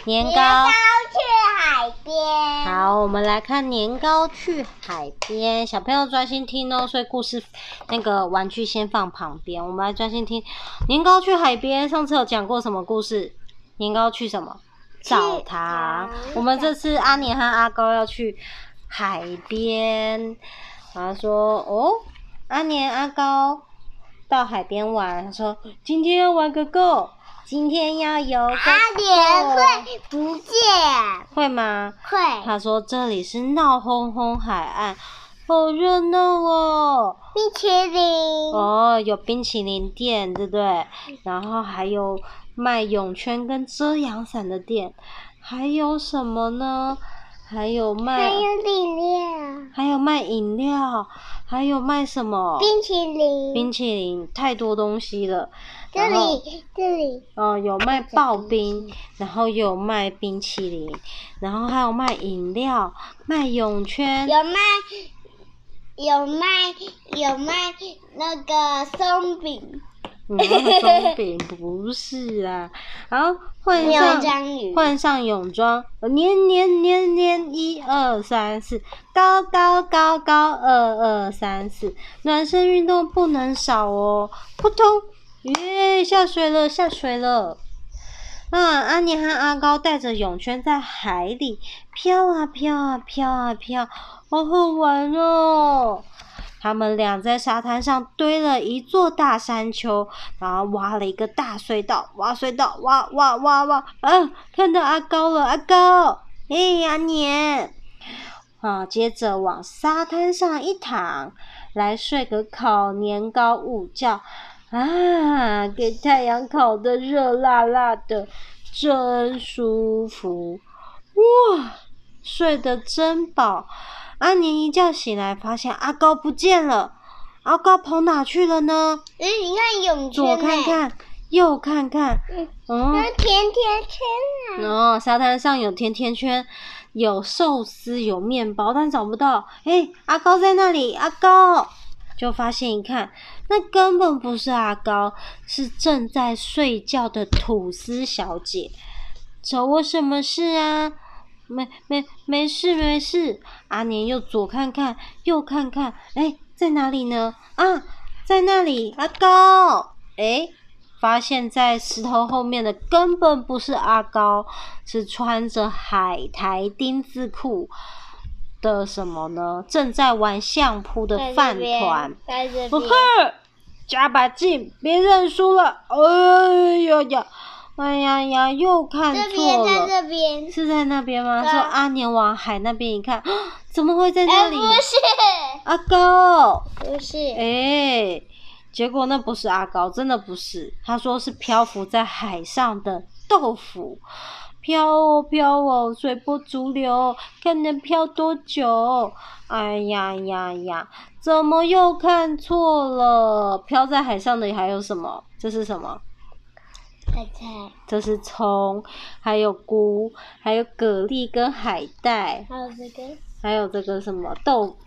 年糕去海边。 好，我们来看年糕去海边。小朋友专心听哦，所以故事那个玩具先放旁边，我们来专心听。年糕去海边，上次有讲过什么故事？年糕去什么？澡堂。我们这次阿年和阿高要去海边。他说：“哦，阿年、阿高到海边玩。”他说：“今天要玩个够。”今天要游个阿年会不见， 会吗？ 会。 他说这里是闹哄哄海岸，好热闹哦。 冰淇淋。 哦，有冰淇淋店，对不对？然后还有卖泳圈跟遮阳伞的店，还有什么呢？还有卖饮料， 还有卖饮料，还有卖什么？ 冰淇淋。 冰淇淋，太多东西了。 这里。 有卖刨冰，然后有卖冰淇淋，然后还有卖饮料，卖泳圈。 有卖那个松饼。 松饼不是啊，然后换上泳装，年1、2、3、4，高2、2、3、4，暖身运动不能少哦，扑通，耶，下水了。阿年和阿高带着泳圈在海里飘啊飘，好好玩哦。他们俩在沙滩上堆了一座大山丘，然后挖了一个大隧道，挖，看到阿高了，阿高，阿年，接着往沙滩上一躺，来睡个烤年糕午觉，给太阳烤得热辣辣的，真舒服，哇，睡得真饱。阿年一觉醒来，发现阿高不见了。阿高跑哪去了呢？ 你看泳圈， 左看看，右看看， 那甜甜圈啊！ 沙滩上有甜甜圈，有寿司，有面包，但找不到。阿高在那里，阿高！就发现一看，那根本不是阿高，是正在睡觉的吐司小姐。找我什么事啊？没事。阿年又左看看，右看看，在哪里呢？在那里，阿高！发现在石头后面的根本不是阿高，是穿着海苔丁字裤的什么呢？正在玩相扑的饭团。 在这边。 加把劲，别认输了！哎呀，又看错了。 在这边。 是在那边吗？说阿年往海那边一看，怎么会在那里？ 不是。 阿高。 不是。 结果那不是阿高，真的不是。他说是漂浮在海上的豆腐。飘哦，随波逐流，看能飘多久。哎呀，怎么又看错了？飘在海上的还有什么？这是什么？ 菜， 这是葱，还有菇，还有蛤蜊跟海带，还有这个什么豆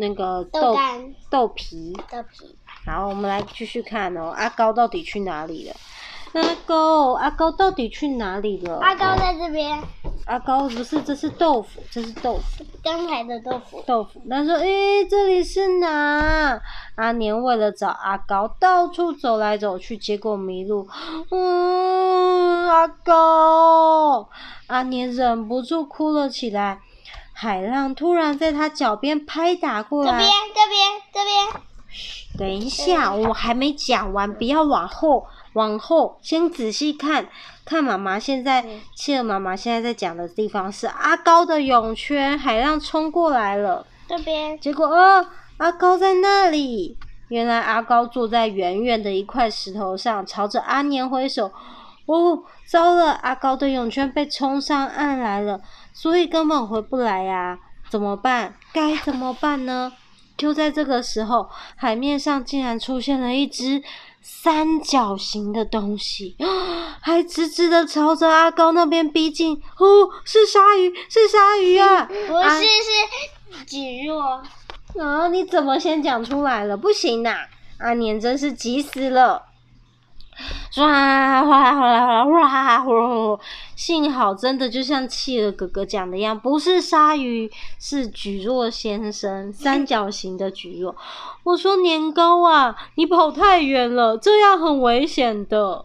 皮。好，我们来继续看哦，阿高到底去哪里了？阿高到底去哪里了？ 阿高在这边。 阿高不是，这是豆腐， 刚才的豆腐。 他说：“这里是哪？”阿年为了找阿高，到处走来走去，结果迷路。阿高，阿年忍不住哭了起来。海浪突然在他脚边拍打过来。 这边。 等一下，我还没讲完，不要往后，先仔细看妈妈现在，企鹅妈妈现在在讲的地方是阿高的泳圈，海浪冲过来了。 这边。 结果阿高在那里。原来阿高坐在远远的一块石头上，朝着阿年挥手。糟了，阿高的泳圈被冲上岸来了，所以根本回不来呀。怎么办？该怎么办呢？就在这个时候，海面上竟然出现了一只三角形的东西，还直直的朝着阿高那边逼近。是鲨鱼啊！ 不是，是蒟蒻。 你怎么先讲出来了？不行啊！阿年真是急死了。 哗哗啦哗啦哗啦哗哗！幸好真的就像企鹅哥哥讲的一样，不是鲨鱼，是蒟蒻先生，三角形的蒟蒻。我说年糕啊，你跑太远了，这样很危险的。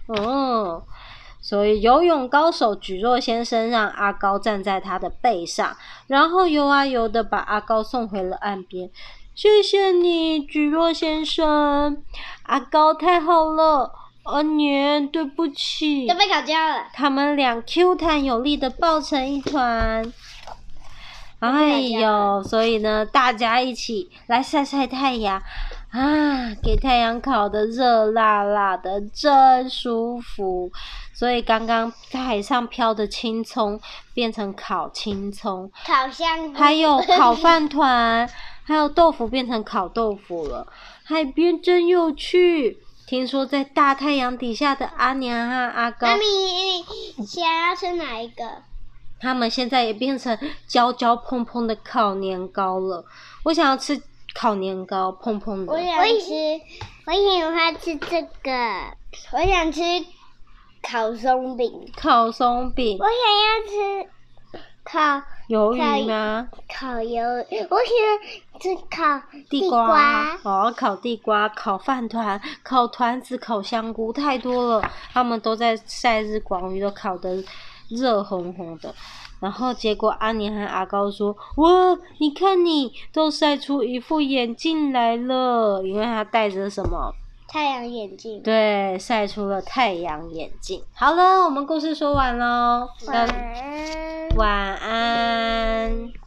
所以游泳高手蒟蒻先生让阿高站在他的背上，然后游啊游的把阿高送回了岸边。谢谢你，蒟蒻先生。阿高太好了，阿年对不起。 都被烤焦了。 他们俩 Q 弹有力的抱成一团。哎呦，所以呢，大家一起来晒晒太阳啊，给太阳烤得热辣辣的，真舒服。所以刚刚在海上飘的青葱变成烤青葱， 烤香菇， 还有烤饭团，还有豆腐变成烤豆腐了。海边真有趣。听说在大太阳底下的阿娘和阿高， 妈咪想要吃哪一个？ 他们现在也变成焦焦碰碰的烤年糕了。我想要吃烤年糕，碰碰的。 我想吃这个。我想吃烤松饼。 烤松饼。 我想要吃烤鱿鱼吗？ 烤鱿，我想吃烤地瓜。烤地瓜，烤饭团，烤团子，烤香菇，太多了。他们都在晒日光浴，都烤得热烘烘的。然后结果阿年和阿高说：“哇，你看你都晒出一副眼镜来了，因为他戴着什么？ 太阳眼镜。” 对，晒出了太阳眼镜。好了，我们故事说完咯。 晚安。 晚安。